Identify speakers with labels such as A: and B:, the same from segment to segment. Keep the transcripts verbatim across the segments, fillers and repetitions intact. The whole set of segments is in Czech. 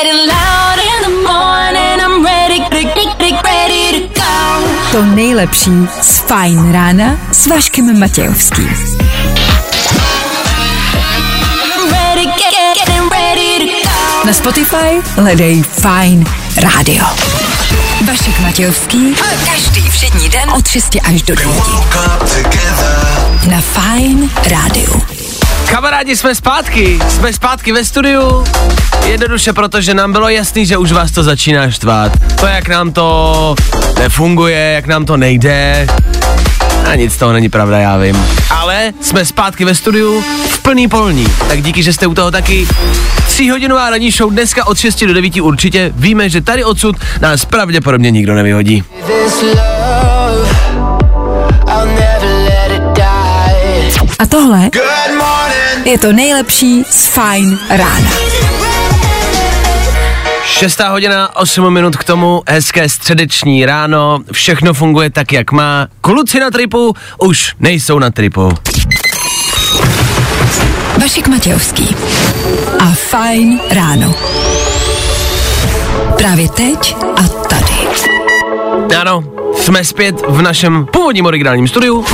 A: To nejlepší z Fajn rána s Vaškem Matějovským. Na Spotify hledej Fajn rádio. Vašek Matějovský. Každý všední den od šesti až do devíti. Na Fajn rádiu.
B: Kamarádi, jsme zpátky. Jsme zpátky ve studiu. Jednoduše, protože nám bylo jasný, že už vás to začíná štvát. To, jak nám to nefunguje, jak nám to nejde. A nic z toho není pravda, já vím. Ale jsme zpátky ve studiu v plný polní. Tak díky, že jste u toho taky. Tříhodinová ranní show dneska od šesti do devíti určitě. Víme, že tady odsud nás pravděpodobně nikdo nevyhodí.
A: A tohle je to nejlepší z Fajn rána.
B: Šestá hodina, osm minut k tomu, hezké středeční ráno, všechno funguje tak, jak má. Kluci na tripu už nejsou na tripu.
A: Vašek Matějovský a Fajn ráno. Právě teď a tady.
B: Ano, jsme zpět v našem původním originálním studiu.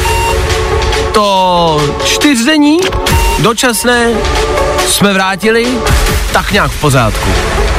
B: To čtyřdení dočasné jsme vrátili tak nějak v pořádku.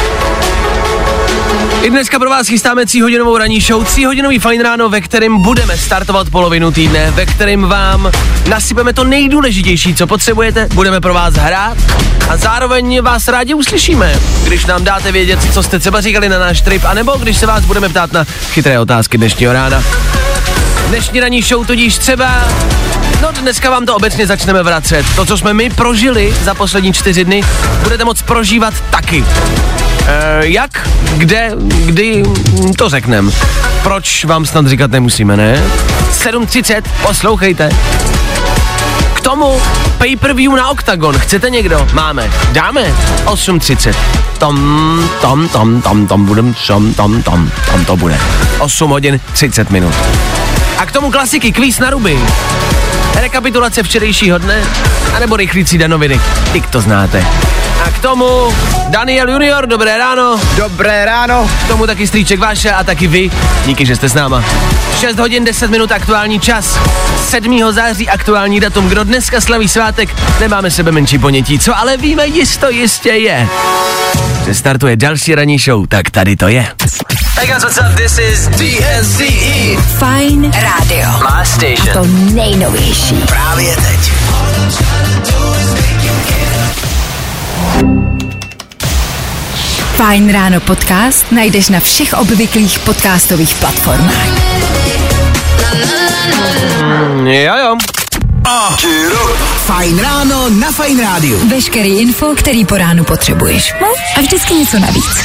B: I dneska pro vás chystáme tříhodinovou ranní show, tříhodinový Fajn ráno, ve kterém budeme startovat polovinu týdne, ve kterém vám nasypeme to nejdůležitější, co potřebujete, budeme pro vás hrát a zároveň vás rádi uslyšíme, když nám dáte vědět, co jste třeba říkali na náš trip, anebo když se vás budeme ptát na chytré otázky dnešního rána. Dnešní ranní show tudíž třeba... No dneska vám to obecně začneme vracet. To, co jsme my prožili za poslední čtyři dny, budete moct prožívat taky. E, jak? Kde? Kdy? To řeknem. Proč vám snad říkat nemusíme, ne? sedm třicet, poslouchejte. K tomu pay-per-view na Octagon. Chcete někdo? Máme. Dáme. osm třicet. Tom, tom, tom, tom, tom, budem, tom, tom, tom, tom to bude. osm hodin, třicet minut. A k tomu klasiky, kvíz na ruby. Rekapitulace včerejšího dne, anebo rychlící danoviny, ty to znáte. A k tomu Daniel Junior, dobré ráno.
C: Dobré ráno.
B: K tomu taky strýček Váša a taky vy, díky, že jste s náma. šest hodin deset minut aktuální čas, sedmého září aktuální datum, kdo dneska slaví svátek, nemáme sebe menší ponětí, co ale víme jisto jistě je, že startuje další ranní show, tak tady to je.
D: Hey guys, what's up? This is D N C E.
A: Fajn rádio.
D: My station.
A: A to nejnovější.
D: Právě teď.
A: Fajn ráno podcast najdeš na všech obvyklých podcastových platformách.
B: Mm, jo jo.
D: Fajn ráno na Fajn rádiu.
A: Veškerý info, který po ránu potřebuješ. No? A vždycky něco navíc.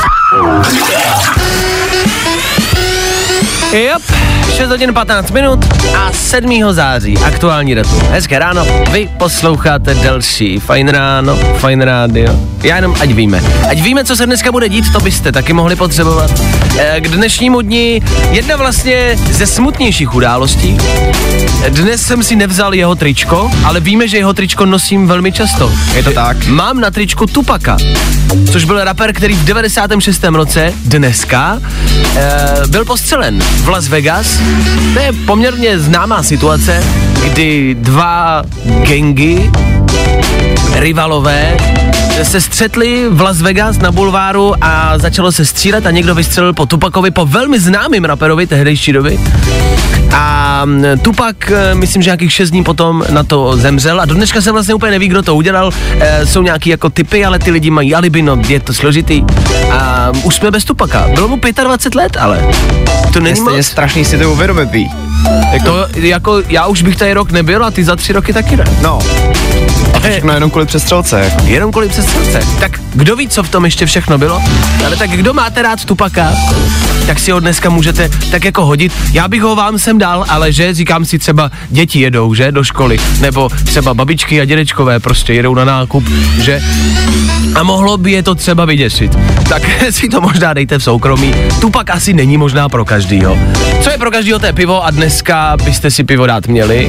B: Jop, šest hodin patnáct minut a sedmého září, aktuální datum. Hezké ráno, vy posloucháte další Fajn ráno, Fajn rádio. Já jenom ať víme. Ať víme, co se dneska bude dít, to byste taky mohli potřebovat. K dnešnímu dni jedna vlastně ze smutnějších událostí. Dnes jsem si nevzal jeho tričko, ale víme, že jeho tričko nosím velmi často.
C: Je to tak?
B: Mám na tričku Tupaka, což byl rapper, který v devadesátém šestém roce dneska e, byl postřelen v Las Vegas. To je poměrně známá situace, kdy dva gangy, rivalové, se střetli v Las Vegas na bulváru a začalo se střílet a někdo vystřelil po Tupakovi, po velmi známým raperovi tehdejší doby. A Tupac, myslím, že nějakých šest dní potom na to zemřel a do dneška se vlastně úplně neví, kdo to udělal. E, jsou nějaký jako typy, ale ty lidi mají alibi, no je to složitý. A už jsme bez Tupaca. Bylo mu dvacet pět let, ale to není moc.
C: Je strašný si to uvědomit, ví.
B: Jako... To, jako, já už bych tady rok nebyl a ty za tři roky taky ne.
C: No. A to všechno jenom kvůli přestřelce. Jako.
B: Jenom kvůli přestřelce. Tak kdo ví, co v tom ještě všechno bylo? Ale tak kdo máte rád Tupaka, tak si ho dneska můžete tak jako hodit. Já bych ho vám sem dal, ale že říkám si třeba děti jedou, že, do školy, nebo třeba babičky a dědečkové prostě jedou na nákup, že a mohlo by je to třeba vyděsit. Tak si to možná dejte v soukromí. Tupak asi není možná pro každýho. Co je pro každýho, to je pivo a dneska byste si pivo dát měli.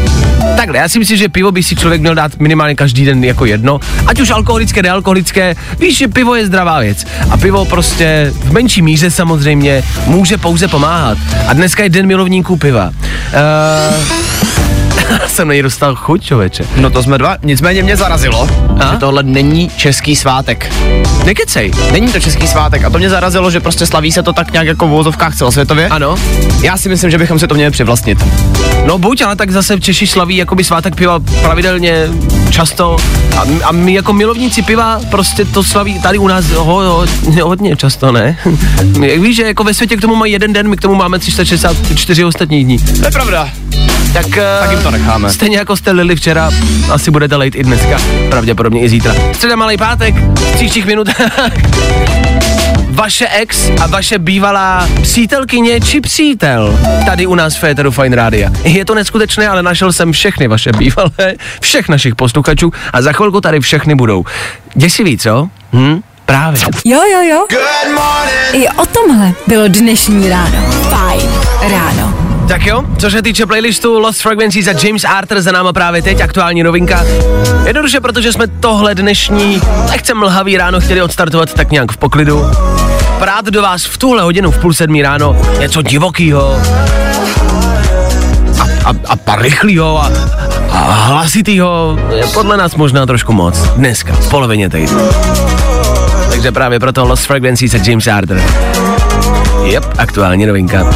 B: Takhle, já si myslím, že pivo by si člověk měl dát minimálně každý den jako jedno, ať už alkoholické, nealkoholické, víš, že pivo je zdravá věc a pivo prostě v menší míře samozřejmě může pouze pomáhat. A dneska je den milovníků piva. Uh... jsem na něj dostal chuť, člověče.
C: No to jsme dva, nicméně mě zarazilo, a? že tohle není český svátek.
B: Nekecej.
C: Není to český svátek a to mě zarazilo, že prostě slaví se to tak nějak jako v uvozovkách celosvětově.
B: Ano.
C: Já si myslím, že bychom si to měli přivlastnit.
B: No buď, ale tak zase Češi slaví jakoby svátek piva pravidelně, často a, a my jako milovníci piva prostě to slaví tady u nás ho, ho, hodně často, ne? Jak víš, že jako ve světě k tomu mají jeden den, my k tomu máme tři sta šedesát čtyři ostatní dní.
C: To je pravda.
B: Tak,
C: tak jim to necháme.
B: Stejně jako jste lili včera, asi budete lejt i dneska, pravděpodobně i zítra. Středa malej pátek, v příštích minutách. Vaše ex a vaše bývalá přítelkyně či přítel tady u nás v Féteru Fine Rádia. Je to neskutečné, ale našel jsem všechny vaše bývalé, všech našich posluchačů a za chvilku tady všechny budou. Děsivý, co? Hm? Právě.
A: Jo, jo, jo. I o tomhle bylo dnešní ráno. Fajn ráno.
B: Tak jo, co se týče playlistu Lost Frequencies a James Arthur za náma právě teď, aktuální novinka. Jednoduše, protože jsme tohle dnešní, nechce mlhavý ráno chtěli odstartovat tak nějak v poklidu. Prát do vás v tuhle hodinu v půl sedmí ráno něco divokýho a, a, a pár rychlýho a, a hlasitýho je podle nás možná trošku moc. Dneska, v polovině týdne. Takže právě proto Lost Frequencies a James Arthur. Jep, aktuální novinka.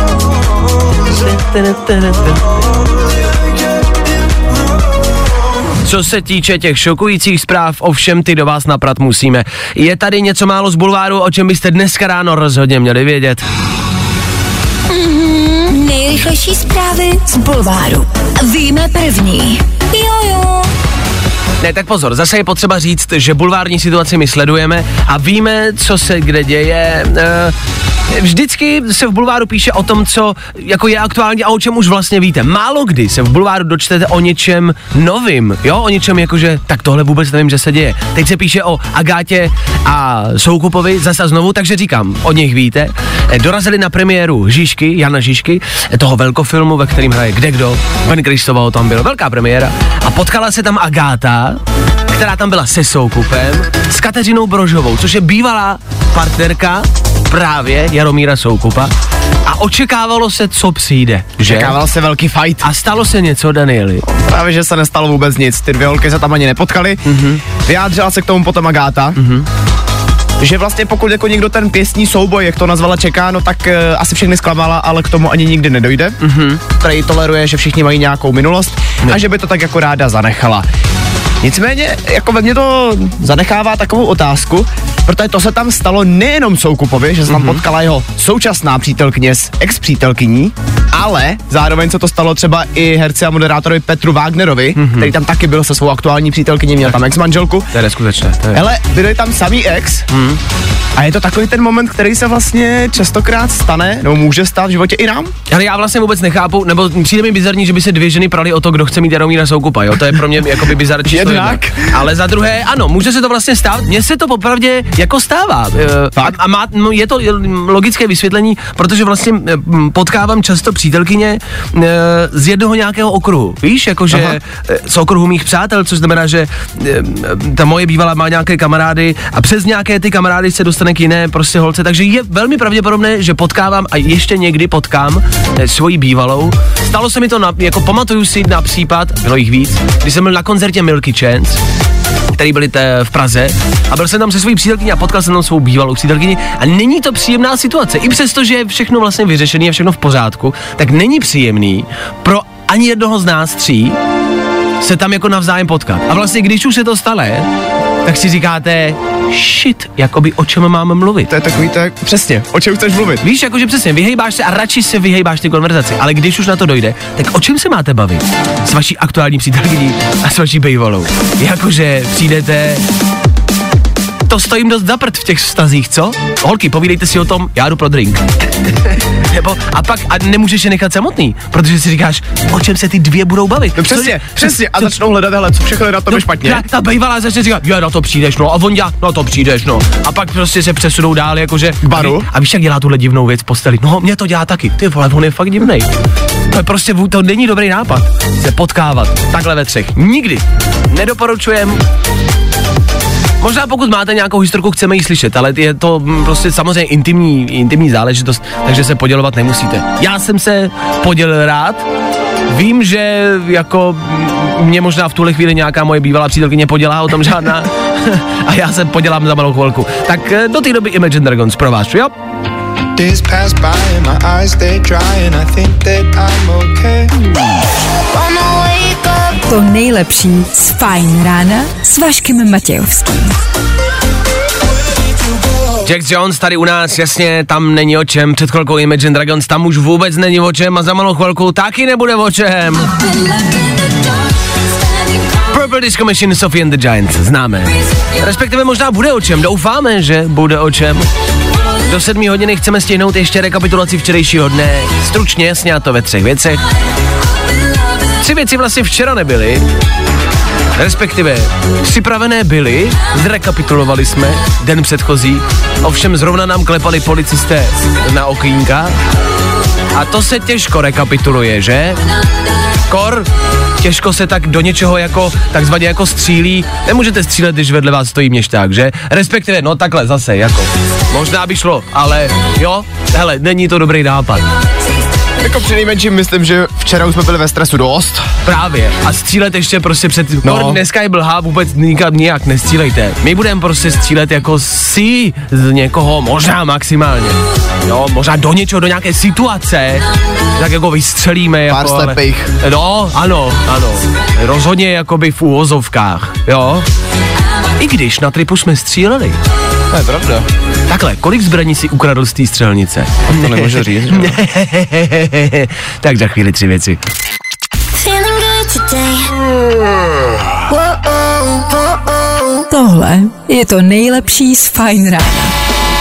B: Co se týče těch šokujících zpráv, ovšem ty do vás naprat musíme. Je tady něco málo z bulváru, o čem byste dneska ráno rozhodně měli vědět.
A: Mm-hmm, nejrychlejší zprávy z bulváru. Víme první. Jo, jo.
B: Ne, tak pozor, zase je potřeba říct, že bulvární situaci my sledujeme a víme, co se kde děje. Vždycky se v bulváru píše o tom, co jako je aktuální a o čem už vlastně víte. Málo kdy se v bulváru dočtete o něčem novým, jo, o něčem jakože, tak tohle vůbec nevím, že se děje. Teď se píše o Agátě a Soukupovi zase znovu, takže říkám, o nich víte. Dorazili na premiéru Žižky, Jana Žižky, toho velkofilmu, ve kterým hraje kdekdo, Ben Kristová tam byl, velká premiéra a potkala se tam Agáta, která tam byla se Soukupem, s Kateřinou Brožovou, což je bývalá partnerka právě Jaromíra Soukupa a očekávalo se, co přijde, že?
C: Očekával se velký fight.
B: A stalo se něco, Danieli?
C: Právě, že se nestalo vůbec nic, ty dvě holky se tam ani nepotkali, mm-hmm. Vyjádřila se k tomu potom Agáta, mm-hmm. že vlastně pokud jako někdo ten pěstní souboj, jak to nazvala, čeká, no tak uh, asi všechny zklamala, ale k tomu ani nikdy nedojde. Mm-hmm. Který toleruje, že všichni mají nějakou minulost ne. a že by to tak jako ráda zanechala. Nicméně, jako ve mně to zanechává takovou otázku, protože to se tam stalo nejenom Soukupovi, že se tam mm-hmm. potkala jeho současná přítelkyně s ex-přítelkyní, ale zároveň se to stalo třeba i herci a moderátorovi Petru Wagnerovi, mm-hmm. který tam taky byl se svou aktuální přítelkyní, měl tam ex-manželku.
B: To je neskutečné. To je...
C: Hele, byli tam samý ex mm. a je to takový ten moment, který se vlastně častokrát stane, nebo může stát v životě i nám.
B: Ale já vlastně vůbec nechápu, nebo přijde mi bizarní, že by se dvě ženy praly o to, kdo chce mít Jaromíra Soukupa, jo? To je pro mě jakoby bizar číslo jedna. Ale za druhé, ano, může se to vlastně stát, mně se to popravdě jako stává. A, a má, no, je to logické vysvětlení, protože vlastně potkávám často přítelkyně z jednoho nějakého okruhu. Víš, jakože Aha. z okruhu mých přátel, což znamená, že ta moje bývalá má nějaké kamarády a přes nějaké ty kamarády se dostane k jiné prostě holce, takže je velmi pravděpodobné, že potkávám a ještě někdy potkám svoji bývalou. Stalo se mi to, na, jako pamatuju si na případ, bylo jich víc, když jsem byl na koncertě Milky Chance, který byli te v Praze a byl jsem tam se svojí přítelkyní a potkal jsem tam svou bývalou přítelkyni a není to příjemná situace. I přesto, že je všechno vlastně vyřešené a všechno v pořádku, tak není příjemný pro ani jednoho z nás tří se tam jako navzájem potkat. A vlastně když už se to stane, tak si říkáte, shit, jakoby o čem máme mluvit.
C: To je takový, to je přesně, o čem chceš mluvit.
B: Víš, jakože přesně, vyhejbáš se a radši se vyhejbáš ty konverzaci, ale když už na to dojde, tak o čem se máte bavit? S vaší aktuální přítelkyní a s vaší bejvolou. Jakože přijdete... To stojím dost za prd v těch vztazích, co? Holky, povídejte si o tom, já jdu pro drink. Nebo, a pak a nemůžeš je nechat samotný, protože si říkáš, o čem se ty dvě budou bavit.
C: No přesně, co, přesně, a začnou hledat, hele, co všechno je na tom no, špatně. Ta,
B: ta bejvalá začne říkat, jo, na to přijdeš, no, a on já, na to přijdeš, no. A pak prostě se přesunou dál, jakože...
C: K baru.
B: A víš, jak dělá tuhle divnou věc v posteli? No, mě to dělá taky, ty vole, on je fakt divnej. je prostě, to není dobrý nápad, se potkávat takhle ve třech. Nikdy. Nedoporučujem. Možná pokud máte nějakou historku, chceme ji slyšet, ale je to prostě samozřejmě intimní, intimní záležitost, takže se podělovat nemusíte. Já jsem se podělil rád, vím, že jako mě možná v tuhle chvíli nějaká moje bývalá přítelkyně podělá, o tom žádná, a já se podělám za malou chvilku. Tak do té doby Imagine Dragons pro vás, jo?
A: To nejlepší z Fajn rána s Vaškem Matějovským.
B: Jack Jones tady u nás, jasně, tam není o čem, před chvilkou Imagine Dragons, tam už vůbec není o čem a za malou chvilku taky nebude o čem. Purple Disco Machine, Sophie and the Giants, známe. Respektive možná bude o čem, doufáme, že bude o čem. Do sedmí hodiny chceme stihnout ještě rekapitulaci včerejšího dne, stručně, jasně, a to ve třech věcech. Tři věci vlastně včera nebyly, respektive připravené byly, zrekapitulovali jsme den předchozí, ovšem zrovna nám klepali policisté na okýnka a to se těžko rekapituluje, že? Kor, těžko se tak do něčeho jako, takzvaně jako střílí, nemůžete střílet, když vedle vás stojí měšťák, že? Respektive, no takhle zase, jako, možná by šlo, ale jo, hele, není to dobrý nápad.
C: Jako přinejmenším myslím, že včera už jsme byli ve stresu dost.
B: Právě. A střílet ještě prostě před... No. Dneska je blhá, vůbec nikam nijak nestřílejte. My budeme prostě střílet jako si z někoho, možná maximálně. Jo, možná do něčeho, do nějaké situace. Tak jako vystřelíme.
C: Pár
B: jako,
C: slepých.
B: Ale, no, ano, ano. Rozhodně jakoby v úvozovkách, jo. I když na tripu jsme stříleli.
C: To je pravda.
B: Takhle, kolik zbraní si ukradl z té střelnice?
C: To nemůžu říct, že?
B: Tak za chvíli tři věci.
A: Tohle je to nejlepší z Fajn rána.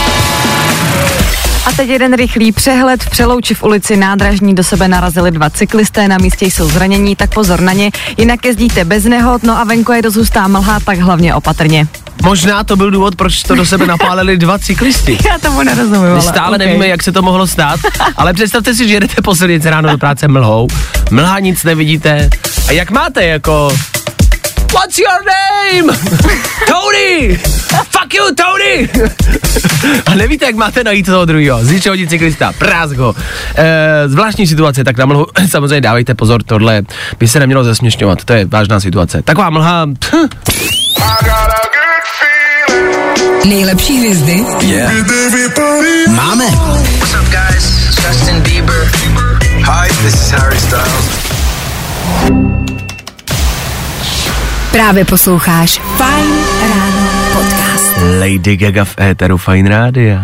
E: A teď jeden rychlý přehled. V Přelouči v ulici Nádražní do sebe narazili dva cyklisté, na místě jsou zranění, tak pozor na ně. Jinak jezdíte bez nehod, no a venku je dozůstá mlha, tak hlavně opatrně.
B: Možná to byl důvod, proč to do sebe napálili dva cyklisti.
E: Já tomu nerozumím.
B: My stále
E: okay.
B: nevíme, jak se to mohlo stát, ale představte si, že jedete po silnici ráno do práce mlhou, mlha, nic nevidíte. A jak máte jako... What's your name? Tony! Fuck you, Tony! A nevíte, jak máte najít toho druhého. Z ničeho hodit cyklista, prásk ho. E, zvláštní situace, tak na mlhu samozřejmě dávejte pozor, tohle by se nemělo zasměšňovat, to je vážná situace. Taková mlha...
A: Nejlepší hvězdy?
D: Yeah.
C: Máme.
D: What's up, guys? Justin Bieber. Hi, this is Harry Styles.
A: Právě posloucháš Fajn ráno podcast.
B: Lady Gaga v éteru Fajn rádia.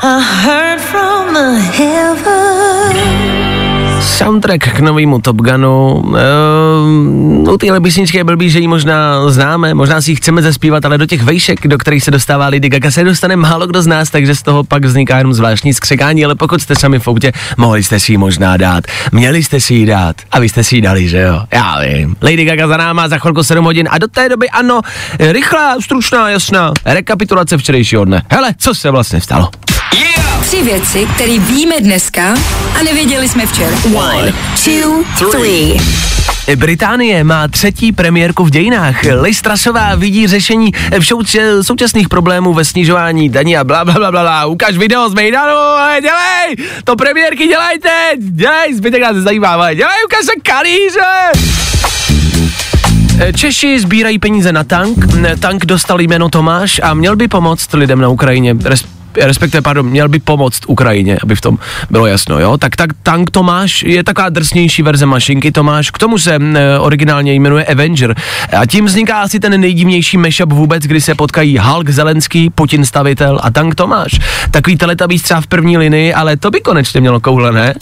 B: Soundtrack k novému Top Gunu. Uh, u téhle písničky je blbý, že ji možná známe, možná si ji chceme zaspívat, ale do těch vejšek, do kterých se dostává Lady Gaga, se dostane málo kdo z nás, takže z toho pak vzniká jenom zvláštní skřekání, ale pokud jste sami v autě, mohli jste si ji možná dát. Měli jste si ji dát a vy jste si ji dali, že jo? Já vím. Lady Gaga za náma za chvilku sedm hodin a do té doby ano, rychlá, stručná, jasná rekapitulace včerejšího dne. Hele, co se vlastně stalo?
D: Yeah!
A: Tři věci, které víme dneska a nevěděli jsme včera. One, two, three.
B: Británie má třetí premiérku v dějinách. Liz Trussová vidí řešení všouč- současných problémů ve snižování daní a bla bla bla bla. Ukaž video z Mejdanu, ale dělej! To premiérky dělejte! Dělej, zbytek nás nezajímá, ale dělej, ukaž se kalíře! Češi sbírají peníze na tank. Tank dostal jméno Tomáš a měl by pomoct lidem na Ukrajině. Res- respektive, pardon, měl by pomoct Ukrajině, aby v tom bylo jasno, jo. Tak, tak tank Tomáš je taková drsnější verze mašinky Tomáš, k tomu se e, originálně jmenuje Avenger a tím vzniká asi ten nejdivnější mashup vůbec, kdy se potkají Hulk Zelenský, Putin stavitel a tank Tomáš. Takový teletabíz třeba v první linii, ale to by konečně mělo koule, ne?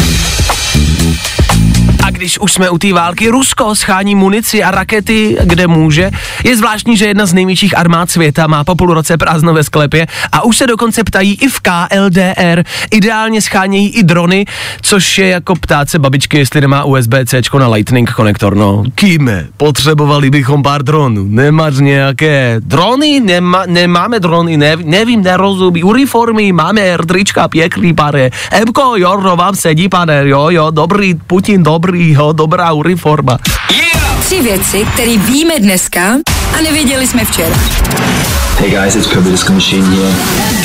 B: A když už jsme u té války, Rusko schání munici a rakety, kde může. Je zvláštní, že jedna z největších armád světa má po půl roce prázdno ve sklepě a už se dokonce ptají i v K L D R. Ideálně schánějí i drony, což je jako ptát se babičky, jestli nemá U S B C na Lightning konektor. No, kýme, potřebovali bychom pár dronů. Nemáš nějaké drony? Nema, nemáme drony, ne, nevím, nerozumí. Uniformy, máme trička, pěkný, pane. Emko, jo, no vám sedí, pane, jo, jo, dobrý, Putin, dobrý. dobrýho, dobrá uniforma.
A: Yeah! Tři věci, které víme dneska a nevěděli jsme včera.
D: Hey guys, it's Kirby Disco Machine here.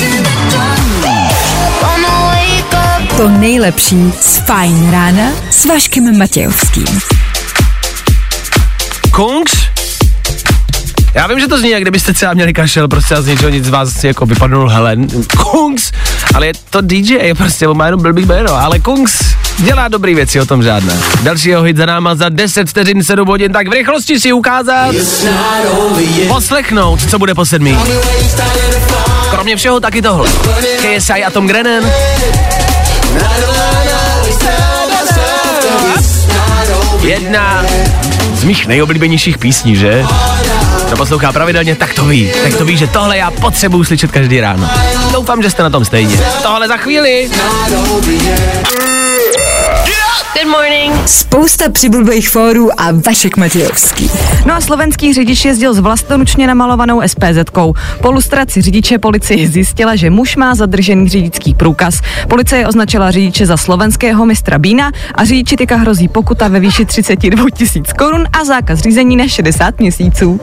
A: To nejlepší z Fajn rána s Vaškem Matějovským.
B: Kungs? Já vím, že to zní, jak kdybyste třeba měli kašel, prostě a z ničeho nic z vás jako vypadnul Helen. Kungs, ale je to D J, prostě on má jenom blbý jméno, ale Kungs dělá dobrý věci, o tom žádná. Dalšího hit za náma za deset vteřin, sedm hodin, tak v rychlosti si ukázat, poslechnout, co bude po sedmí. Kromě všeho taky tohle. K S I a Tom Grennan. Jedna z mých nejoblíbenějších písní, že? Kdo poslouchá pravidelně, tak to ví. Tak to ví, že tohle já potřebuju slyšet každý ráno. Doufám, že jste na tom stejně. Tohle za chvíli.
A: Good morning. Spousta přibulbých fórů a Vašek Matějovský.
E: No a slovenský řidič jezdil s vlastoručně namalovanou S P Z-kou. Po lustraci řidiče policie zjistila, že muž má zadržený řidičský průkaz. Policie označila řidiče za slovenského mistra Bína a řidiči teďka hrozí pokuta ve výši třicet dva tisíc korun a zákaz řízení na šedesát měsíců.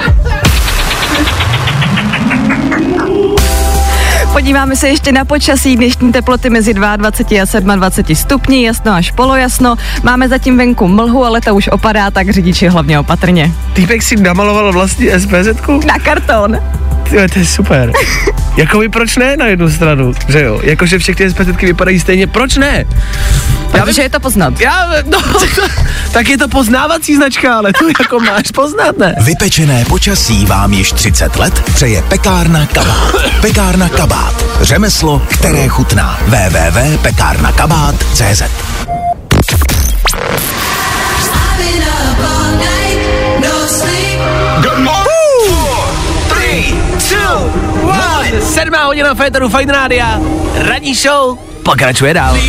E: Podíváme se ještě na počasí, dnešní teploty mezi dvacet dva a dvacet sedm stupni, jasno až polojasno. Máme zatím venku mlhu, ale ta už opadá, tak řidiči hlavně opatrně.
B: Týpek si namaloval vlastní S P Z-ku?
E: Na karton.
B: Tyhle, to je super. Jakoby proč ne na jednu stranu, že jo? Jakože všechny S P Z-ky vypadají stejně, proč ne?
E: Protože je to poznat.
B: Já, no, tak je to poznávací značka, ale tu jako máš poznat, ne?
F: Vypečené počasí vám již třicet let přeje pekárna Kabát. Pekárna Kabát. Řemeslo, které chutná. w w w tečka pekárna kabát tečka c z.
B: Good morning. Three, two, one. Sedmá hodina Féteru Fajn rádia. Ranní show pokračuje dál.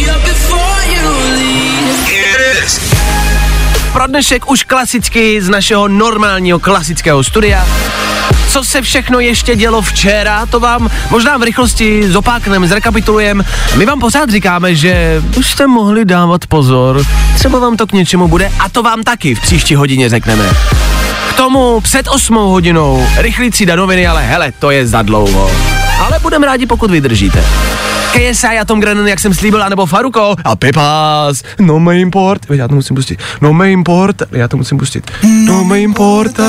B: Pro dnešek už klasicky z našeho normálního klasického studia. Co se všechno ještě dělo včera, to vám možná v rychlosti zopákneme, zrekapitulujeme. My vám pořád říkáme, že už jste mohli dávat pozor, třeba vám to k něčemu bude a to vám taky v příští hodině řekneme. K tomu před osmou hodinou rychlý třída noviny, ale hele, to je za dlouho. Ale budeme rádi, pokud vydržíte. K S I a Tom Grennan, jak jsem slíbil, anebo Faruko a Pepas, no me import, já to musím pustit, no me import, já to musím pustit, no me importa.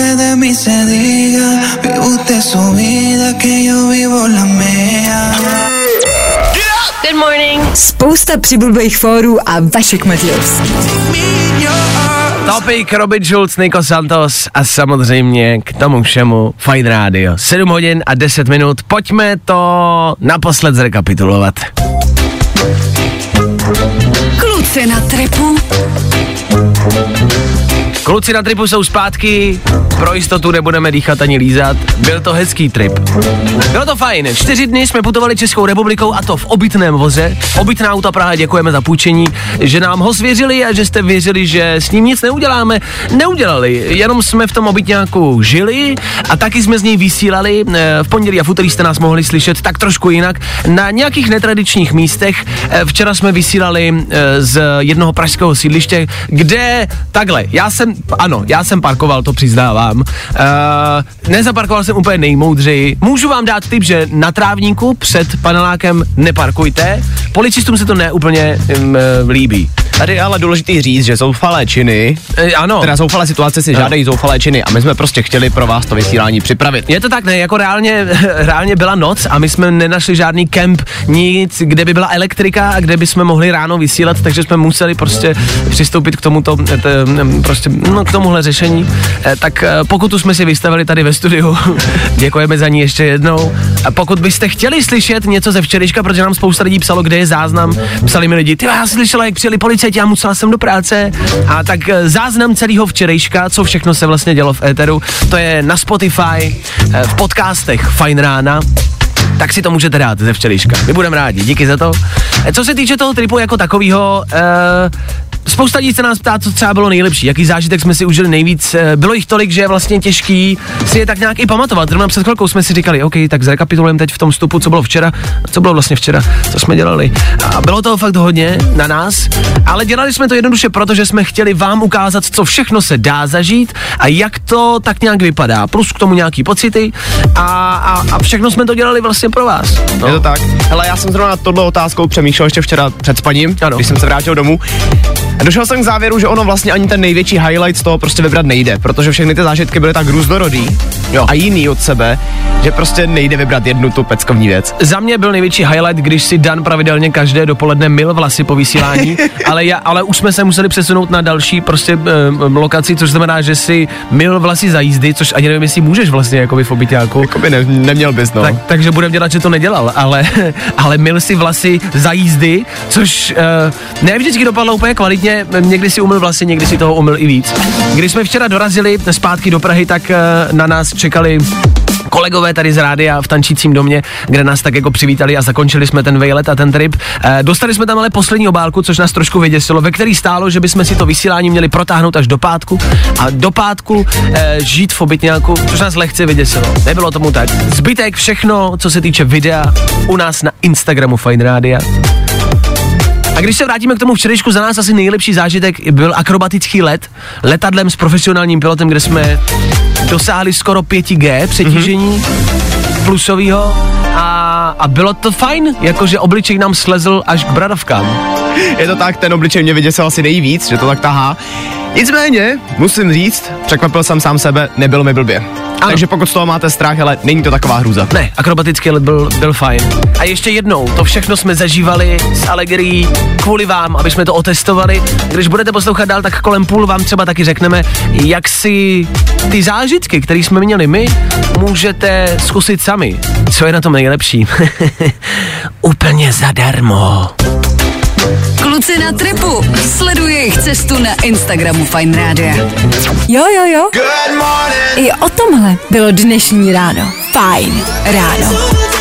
A: Good morning. Spousta přibulbých fórů a Vašek Matějovský.
B: Topik, Robin Schulz, Nico Santos a samozřejmě k tomu všemu Fajn rádio. sedm hodin a deset minut, pojďme to naposled zrekapitulovat.
A: Kluci na tripu.
B: Kluci na tripu jsou zpátky, pro jistotu nebudeme dýchat ani lízat, byl to hezký trip. Bylo to fajn, čtyři dny jsme putovali Českou republikou a to v obytném voze. Obytná auta Praha, děkujeme za půjčení, že nám ho svěřili a že jste věřili, že s ním nic neuděláme. Neudělali, jenom jsme v tom obytňáku žili a taky jsme z něj vysílali. V pondělí a v úterý jste nás mohli slyšet tak trošku jinak na nějakých netradičních místech. Včera jsme vysílali z jednoho pražského sídliště, kde takhle, já jsem ano, já jsem parkoval, to přiznávám. Uh, nezaparkoval jsem úplně nejmoudřeji. Můžu vám dát tip, že na trávníku před panelákem neparkujte. Policistům se to neúplně um, líbí.
C: Tady je ale důležitý říct, že zoufalé činy,
B: e, ano.
C: teda zoufalé situace si žádají zoufalé činy a my jsme prostě chtěli pro vás to vysílání připravit.
B: Je to tak, ne, jako reálně, reálně byla noc a my jsme nenašli žádný kemp, nic, kde by byla elektrika a kde by jsme mohli ráno vysílat, takže jsme museli prostě přistoupit k tomuto, t, prostě, no, k tomuhle řešení. E, tak pokutu jsme si vystavili tady ve studiu, děkujeme za ní ještě jednou. A pokud byste chtěli slyšet něco ze včerejška, protože nám spousta lidí psalo, kde je záznam, psali mi lidi, ty, já jsem slyšela, jak přijeli policajti, já musela jsem do práce a tak záznam celého včerejška, co všechno se vlastně dělo v éteru, to je na Spotify, v podcastech Fajn rána, tak si to můžete dát ze včerejška. My budeme rádi, díky za to. Co se týče toho tripu jako takového, eh, spousta lidí se nás ptá, co třeba bylo nejlepší, jaký zážitek jsme si užili nejvíc. Bylo jich tolik, že je vlastně těžký si je tak nějak i pamatovat. Zrovna před chvilkou jsme si říkali, OK, tak zrekapitulujeme teď v tom vstupu, co bylo včera, co bylo vlastně včera, co jsme dělali. A bylo toho fakt hodně na nás, ale dělali jsme to jednoduše proto, že jsme chtěli vám ukázat, co všechno se dá zažít a jak to tak nějak vypadá. Plus k tomu nějaký pocity a, a, a všechno jsme to dělali vlastně pro vás. No.
C: Je to tak. Hele, já jsem zrovna nad tohle otázkou přemýšlel ještě včera před spaním, ano. Když jsem se vrátil domů. Došel jsem k závěru, že ono vlastně ani ten největší highlight z toho prostě vybrat nejde, protože všechny ty zážitky byly tak různorodý jo. a jiný od sebe, že prostě nejde vybrat jednu tu peckovní věc.
B: Za mě byl největší highlight, když si Dan pravidelně každé dopoledne myl vlasy po vysílání, ale, já, ale už jsme se museli přesunout na další prostě um, lokaci, což znamená, že si myl vlasy za jízdy, což ani nevím, jestli můžeš vlastně jakoby v obyťáku.
C: Jakoby ne, neměl bys, no.
B: Tak, takže budeme dělat, že to nedělal, ale, ale myl si vlasy za jízdy, což uh, ne vždycky dopadlo úplně kvalitně. Někdy si umyl vlasy, někdy si toho umyl i víc. Když jsme včera dorazili zpátky do Prahy, tak na nás čekali kolegové tady z rádia v Tančícím domě, kde nás tak jako přivítali a zakončili jsme ten vejlet a ten trip. E, dostali jsme tam ale poslední obálku, což nás trošku vyděsilo, ve který stálo, že bychom si to vysílání měli protáhnout až do pátku a do pátku e, žít v obytňáku, což nás lehce vyděsilo. Nebylo tomu tak. Zbytek všechno, co se týče videa, u nás na Instagramu Fajn Rádia. A když se vrátíme k tomu včerejšku, za nás asi nejlepší zážitek byl akrobatický let, letadlem s profesionálním pilotem, kde jsme dosáhli skoro pět gé přetížení mm-hmm. plusovýho a, a bylo to fajn, jakože obličej nám slezl až k bradavkám.
C: Je to tak, ten obličej mě vyděsil asi nejvíc, že to tak tahá. Nicméně, musím říct, překvapil jsem sám sebe, nebylo mi blbě. Ano. Takže pokud z toho máte strach, ale není to taková hrůza.
B: Ne, akrobatický let byl, byl fajn. A ještě jednou, to všechno jsme zažívali s Allegrií kvůli vám, aby jsme to otestovali. Když budete poslouchat dál, tak kolem půl vám třeba taky řekneme, jak si ty zážitky, které jsme měli my, můžete zkusit sami. Co je na tom nejlepší? Úplně zadarmo.
A: Kluci na tripu, sleduj jejich cestu na Instagramu Fajn Rádia. Jo, jo, jo.
D: Good morning.
A: I o tomhle bylo dnešní ráno. Fajn ráno.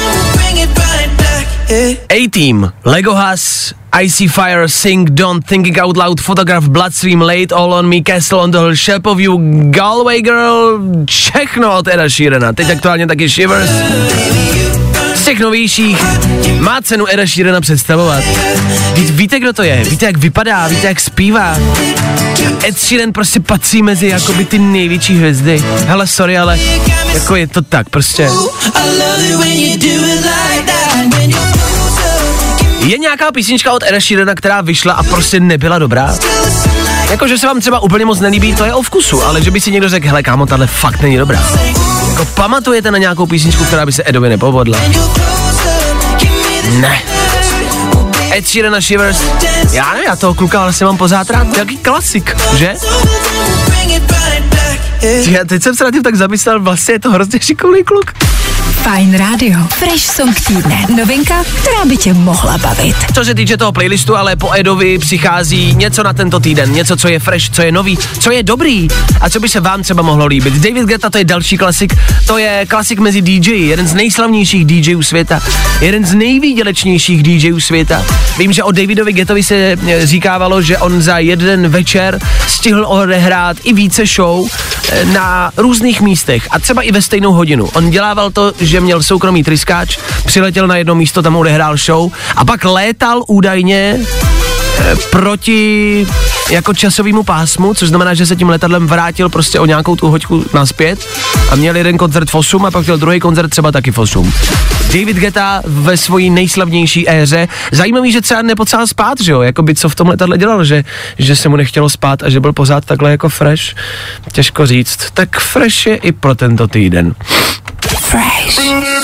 B: A-Team, Lego Has, I See Fire, Sing, Don't, Thinking Out Loud, Photograph, Bloodstream, Late, All On Me, Castle on the Hill, Shape of You, Galway Girl, všechno od Eda Sheerana. Teď aktuálně taky Shivers. Z těch novějších má cenu Eda Sheerana představovat. Ví, víte, kdo to je? Víte, jak vypadá? Víte, jak zpívá? Ed Sheeran prostě patří mezi jakoby ty největší hvězdy. Hele, sorry, ale jako je to tak prostě. Je nějaká písnička od Eda Sheerana, která vyšla a prostě nebyla dobrá? Jako, že se vám třeba úplně moc nelíbí, to je o vkusu, ale že by si někdo řekl, hele kámo, tahle fakt není dobrá. Jako pamatujete na nějakou písničku, která by se Edovi nepovodla? Ne. Ed Sheeran a Shivers, já nevím, já toho kluka vlastně mám pořád rád, jaký klasik, že? Já teď jsem se na tím tak zamyslel, vlastně je to hrozně šikovný kluk.
A: Fajn rádio. Fresh song týdne. Novinka, která by tě mohla bavit.
B: Co se týče toho playlistu, ale po Edovi přichází něco na tento týden. Něco, co je fresh, co je nový, co je dobrý a co by se vám třeba mohlo líbit. David Guetta, to je další klasik. To je klasik mezi dý džeji. Jeden z nejslavnějších dý džejů světa. Jeden z nejvýdělečnějších dý džejů světa. Vím, že o Davidovi Guettovi se říkávalo, že on za jeden večer stihl odehrát i více show na různých místech a třeba i ve stejnou hodinu. On dělával to, že měl soukromý tryskáč, přiletěl na jedno místo, tam odehrál show a pak létal údajně e, proti jako časovému pásmu, což znamená, že se tím letadlem vrátil prostě o nějakou tu hoďku nazpět a měl jeden koncert v osm a pak měl druhý koncert třeba taky v osm. David Guetta ve svojí nejslavnější éře. Zajímavý, že třeba nepotřeboval spát, že jo, jakoby co v tom letadle dělal, že, že se mu nechtělo spát a že byl pořád takhle jako fresh. Těžko říct. Tak fresh je i pro tento týden.
A: Fresh.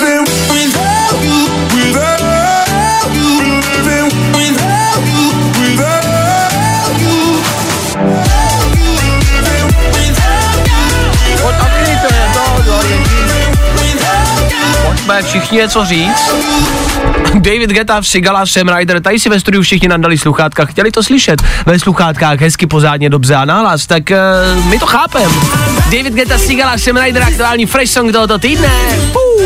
B: Pojďme všichni něco říct. David Guetta, Sigala, Sam Ryder, tady si ve studiu všichni nadali sluchátka, chtěli to slyšet ve sluchátkách hezky, pořádně, dobře a nahlas, tak uh, my to chápem. David Guetta, Sigala, Sam Ryder, aktuální fresh song tohoto týdne. Uh.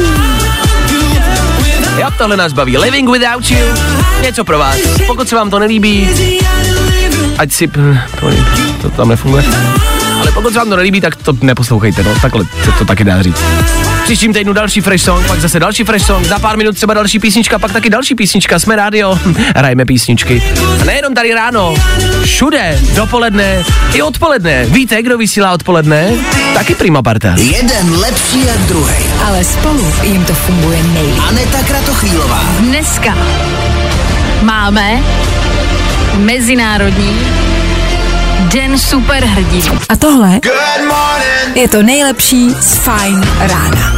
B: Jo, tohle nás baví. Living Without You, něco pro vás. Pokud se vám to nelíbí, ať si, to tam nefunguje. Ale pokud se vám to nelíbí, tak to neposlouchejte, no, takhle se to taky dá říct. Příštím týdnu další fresh song, pak zase další fresh song, za pár minut třeba další písnička, pak taky další písnička, jsme rádio, hrajeme písničky. A nejenom tady ráno, všude, dopoledne i odpoledne. Víte, kdo vysílá odpoledne? Taky Prima Parta.
F: Jeden lepší jak druhý.
A: Ale spolu jim to funguje nejlíp.
F: Aneta Kratochvílová.
A: Dneska máme Mezinárodní den superhrdinů. A tohle je to nejlepší z Fajn rána.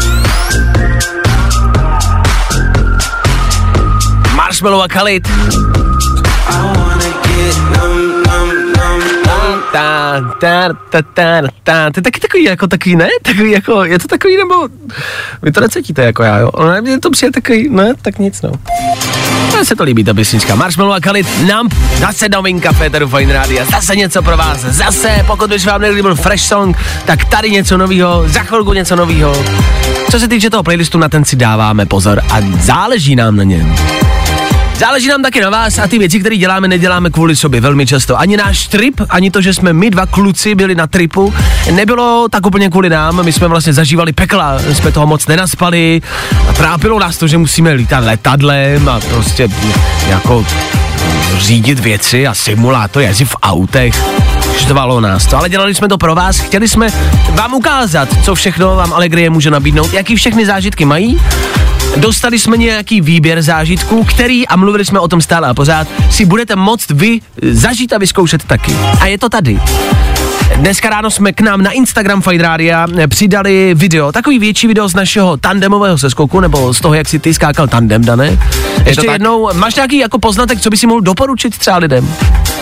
B: Marshmello a Khalid. Ta, ta, ta, ta, ta. To je taky takový, jako takový, ne? Takový, jako, je to takový, nebo vy to necítíte jako já, jo? Ale mně to přijde takový, ne? Tak nic, no. Mně se to líbí, ta písnička. Marshmello a Khalid, Numb, zase novinka v éteru Fajn rádia, zase něco pro vás, zase, pokud už vám někdy byl fresh song, tak tady něco novýho, za chvilku něco novýho. Co se týče toho playlistu, na ten si dáváme pozor a záleží nám na něm. Záleží nám taky na vás a ty věci, které děláme, neděláme kvůli sobě velmi často. Ani náš trip, ani to, že jsme my dva kluci byli na tripu, nebylo tak úplně kvůli nám. My jsme vlastně zažívali pekla, jsme toho moc nenaspali a trápilo nás to, že musíme lítat letadlem a prostě jako řídit věci a simulátor jezdit v autech. Štvalo nás to, ale dělali jsme to pro vás, chtěli jsme vám ukázat, co všechno vám Allegrie může nabídnout, jaký všechny zážitky mají. Dostali jsme nějaký výběr zážitků, který, a mluvili jsme o tom stále a pořád, si budete moct vy zažít a vyzkoušet taky. A je to tady. Dneska ráno jsme k nám na Instagram Fajn rádia přidali video, takový větší video z našeho tandemového seskoku, nebo z toho, jak si ty skákal tandem, Dané. Ještě jednou, máš nějaký jako poznatek, co by si mohl doporučit třeba lidem?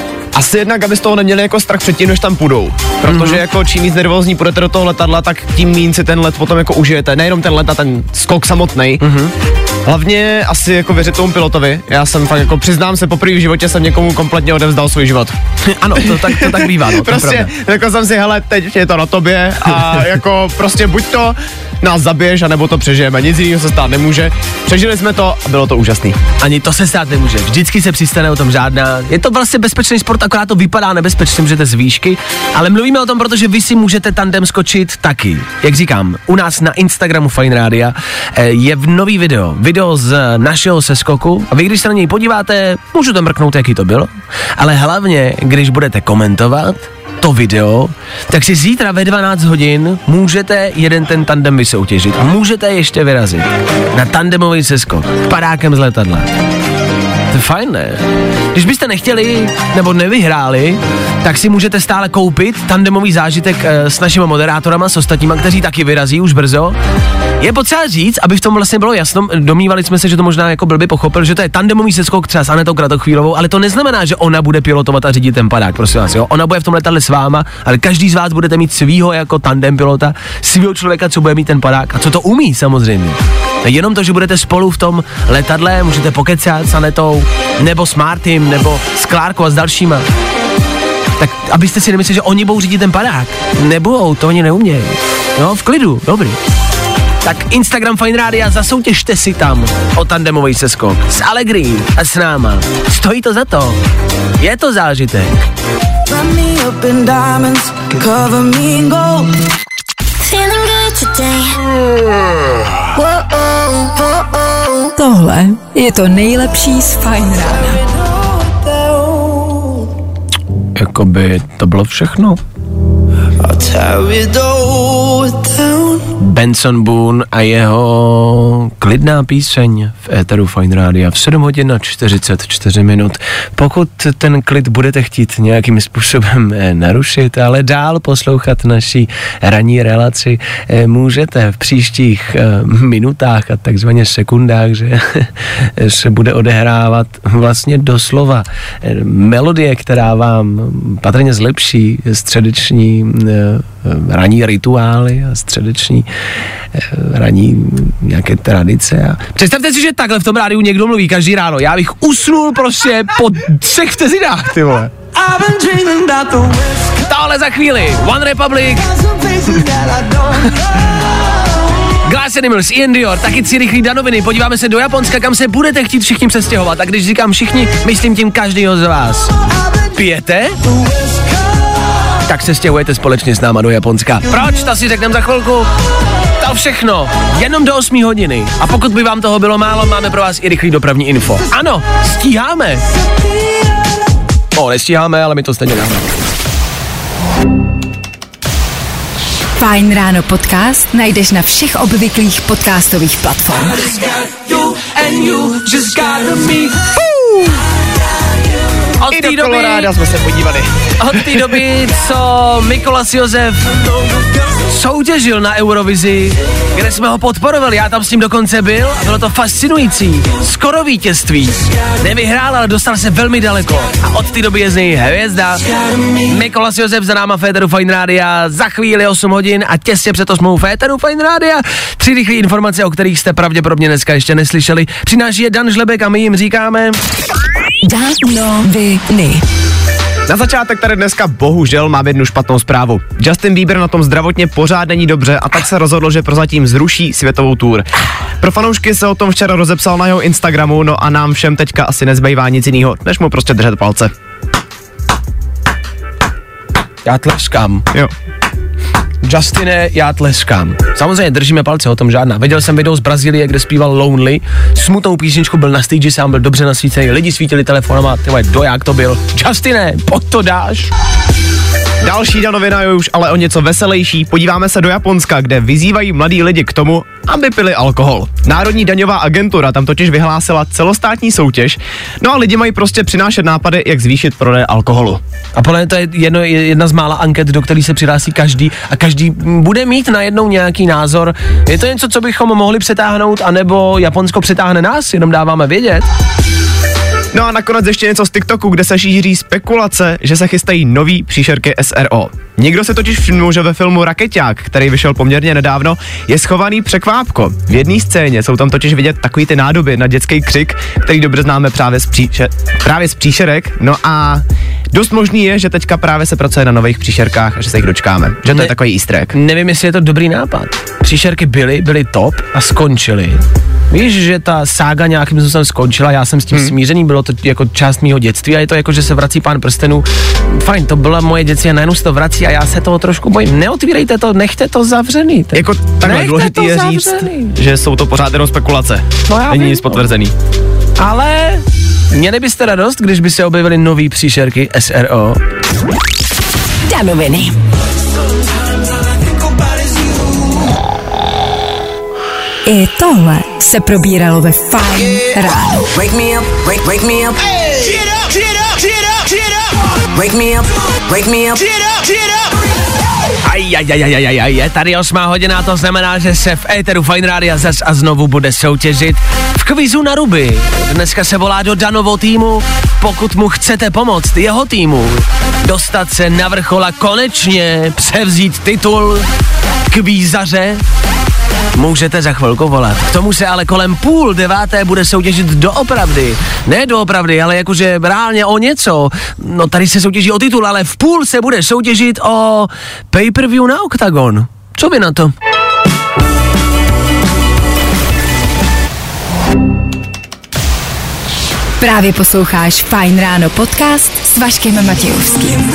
C: Asi jednak, aby z toho neměli jako strach předtím, než tam půjdou. Protože mm-hmm. jako čím víc nervózní půjdete do toho letadla, tak tím méně si ten let potom jako užijete. Nejenom ten let a ten skok samotný. Mm-hmm. Hlavně asi jako věřit tomu pilotovi. Já jsem fakt jako přiznám se, poprvé v životě jsem někomu kompletně odevzdal svůj život.
B: Ano, to tak, to tak bývá, no,
C: prostě jako jsem si, hele, teď je to na tobě a jako prostě buď to nás zabiješ, anebo to přežijeme. Nic jiného se stát nemůže. Přežili jsme to a bylo to úžasný.
B: Ani to se stát nemůže. Vždycky se přistane, o tom žádná. Je to vlastně bezpečný sport, akorát to vypadá nebezpečně, můžete z výšky, ale mluvíme o tom, protože vy si můžete tandem skočit taky. Jak říkám, u nás na Instagramu Fajn rádia je v nový video. Video z našeho seskoku a vy, když se na něj podíváte, můžete mrknout, jaký to bylo, ale hlavně, když budete komentovat to video, tak si zítra ve dvanáct hodin můžete jeden ten tandem vysoutěžit a můžete ještě vyrazit na tandemový seskok padákem z letadla. To je fajn, ne? Když byste nechtěli nebo nevyhráli, tak si můžete stále koupit tandemový zážitek e, s našimi moderátorama, s ostatníma, kteří taky vyrazí už brzo. Je potřeba říct, aby v tom vlastně bylo jasno, domnívali jsme se, že to možná jako blbě pochopil, že to je tandemový seskok třeba s Anetou Kratochvílovou, ale to neznamená, že ona bude pilotovat a řídit ten padák, prosím vás, jo. Ona bude v tom letadle s váma, ale každý z vás budete mít svýho jako tandem pilota, svýho člověka, co bude mít ten padák a co to umí samozřejmě. Jenom to, že budete spolu v tom letadle, můžete pokecat s Anetou, nebo s Martym, nebo s Klárkou a s dalšíma. Tak abyste si nemysleli, že oni budou řídit ten padák. Nebudou, to oni neumějí. No, v klidu, dobrý. Tak Instagram Fajn rádia, zasoutěžte si tam o tandemový seskok s Allegrií a s náma. Stojí to za to. Je to zážitek.
A: Tohle je to nejlepší z Fajn rána.
B: Jakoby to bylo všechno. Benson Boone a jeho klidná píseň v éteru Fajn rádia v sedm hodin a čtyřicet čtyři minut. Pokud ten klid budete chtít nějakým způsobem narušit, ale dál poslouchat naší ranní relaci, můžete v příštích minutách a takzvaně sekundách, že se bude odehrávat vlastně doslova melodie, která vám patrně zlepší středeční ranní rituály a středeční ranní nějaké tradice. A představte si, že takhle v tom rádiu někdo mluví každý ráno. Já bych usnul prostě po třech vteřinách, ty vole. Tohle za chvíli. One Republic. Glass Animals, Ian Dior, taky tři rychlý danoviny. Podíváme se do Japonska, kam se budete chtít všichni přestěhovat. A když říkám všichni, myslím tím každýho z vás. Pijete? Tak se stěhujete společně s náma do Japonska. Proč? To si řekneme za chvilku. To všechno, jenom do osmé hodiny. A pokud by vám toho bylo málo, máme pro vás i rychlý dopravní info. Ano, stíháme. O, nestíháme, ale my to stejně dáme.
A: Fajn ráno podcast najdeš na všech obvyklých podcastových platformách.
B: Od
C: I
B: té
C: do
B: doby,
C: Koloráda jsme se podívali.
B: od té doby, co Mikolas Josef soutěžil na Eurovizi, kde jsme ho podporovali, já tam s ním dokonce byl a bylo to fascinující. Skoro vítězství. Nevyhrál, ale dostal se velmi daleko. A od té doby je z něj hvězda. Mikolas Josef za náma Féteru Fajn Rádia za chvíli osm hodin a těsně před osmou Féteru Fajn Rádia. Tři rychlé informace, o kterých jste pravděpodobně dneska ještě neslyšeli. Přináší je Dan Žlebek a my jim říkáme...
A: Danoviny.
C: Na začátek tady dneska bohužel mám jednu špatnou zprávu. Justin Bieber na tom zdravotně pořád není dobře a tak se rozhodl, že prozatím zruší světovou tour. Pro fanoušky se o tom včera rozepsal na jeho Instagramu, no a nám všem teďka asi nezbývá nic jiného, než mu prostě držet palce.
B: Já tleskám.
C: Jo.
B: Justine, já tleskám. Samozřejmě držíme palce, o tom žádná. Viděl jsem video z Brazílie, kde zpíval Lonely, smutnou písničku, byl na stage, sám byl dobře nasvícený, lidi svítili telefonama, ty vole, doják to byl. Justine, pojď to dáš.
C: Další danovina je už ale o něco veselější. Podíváme se do Japonska, kde vyzývají mladí lidi k tomu, aby pili alkohol. Národní daňová agentura tam totiž vyhlásila celostátní soutěž, no a lidi mají prostě přinášet nápady, jak zvýšit prodej alkoholu.
B: A podle mě to je jedno, jedna z mála anket, do který se přihlásí každý a každý bude mít najednou nějaký názor. Je to něco, co bychom mohli přetáhnout, anebo Japonsko přetáhne nás, jenom dáváme vědět.
C: No a nakonec ještě něco z TikToku, kde se šíří spekulace, že se chystají nový příšerky S R O. Někdo se totiž všimnul, že ve filmu Rakeťák, který vyšel poměrně nedávno, je schovaný překvápko. V jedné scéně jsou tam totiž vidět takový ty nádoby na dětský křik, který dobře známe právě z, příše, právě z příšerek. No a dost možný je, že teďka právě se pracuje na nových příšerkách a že se jich dočkáme. Že to
B: ne,
C: je takový easter egg.
B: Nevím, jestli je to dobrý nápad. Příšerky byly, byly top a skončily. Víš, že ta sága nějakým způsobem skončila, já jsem s tím hmm. smířený, bylo to jako část mýho dětství a je to jako, že se vrací Pán prstenů. Fajn, to bylo moje dětství a najednou se to vrací a já se toho trošku bojím. Neotvírejte to, nechte to zavřený. Ten...
C: Jako takhle důležitý je říct, zavřený. Že jsou to pořád jenom spekulace.
B: No já
C: Není
B: vím,
C: nic potvrzený.
B: Ale měli byste radost, když by se objevily nový příšerky S R O.
A: Danoviny. I tohle se probíralo ve Fajn ráno.
D: Wake me up, wake, wake me up. Get up, get up, get up, get up. Wake me up, wake me up. Get up, get up.
B: Ajajajajajaj, je tady osmá hodina, to znamená, že se v éteru Fajn Rádia zas a znovu bude soutěžit v kvízu na ruby. Dneska se volá do Danovo týmu, pokud mu chcete pomoct jeho týmu dostat se na vrchol a konečně převzít titul kvízaře, můžete za chvilku volat. K tomu se ale kolem půl deváté bude soutěžit doopravdy. Ne doopravdy, ale jakože reálně o něco. No tady se soutěží o titul, ale v půl se bude soutěžit o pay-per-view na Octagon. Co vy na to?
A: Právě posloucháš Fajn ráno podcast s Vaškem Matějovským.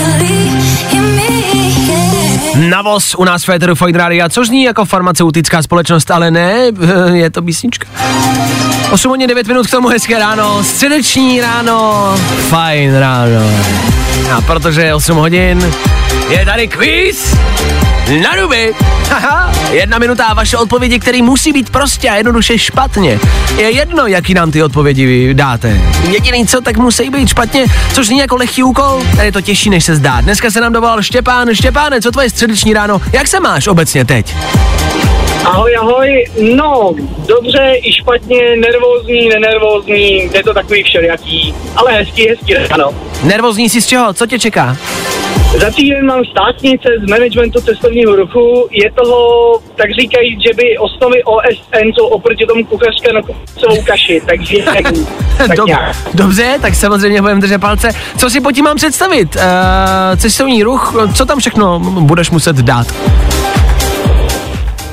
B: Na voz u nás v éteru Fajn Rádia, což zní jako farmaceutická společnost, ale ne, je to písnička. osm hodin devět minut k tomu, hezké ráno, středeční ráno, Fajn ráno. A protože je osm hodin, je tady kvíz na ruby. Haha, jedna minuta a vaše odpovědi, které musí být prostě a jednoduše špatně. Je jedno, jaký nám ty odpovědi dáte. Jediný co, tak musí být špatně, což není jako lehký úkol, tady je to těžší, než se zdá. Dneska se nám dovolal Štěpán. Štěpáne, co tvoje středeční ráno, jak se máš obecně teď?
G: Ahoj, ahoj, no, dobře, i špatně, nervózní, nenervózní, je to takový všelijaký, ale hezký, hezký, ano.
B: Nervózní jsi z čeho? Co tě čeká?
G: Za týden mám státnice z managementu cestovního ruchu, je toho, tak říkají, že by osnovy O S N jsou oproti tomu kuchařské na kucovou kaši, takže tak, tak
B: Dob-
G: nějak.
B: Dobře, tak samozřejmě budeme držet palce. Co si pod tím mám představit? Uh, cestovní ruch, co tam všechno budeš muset dát?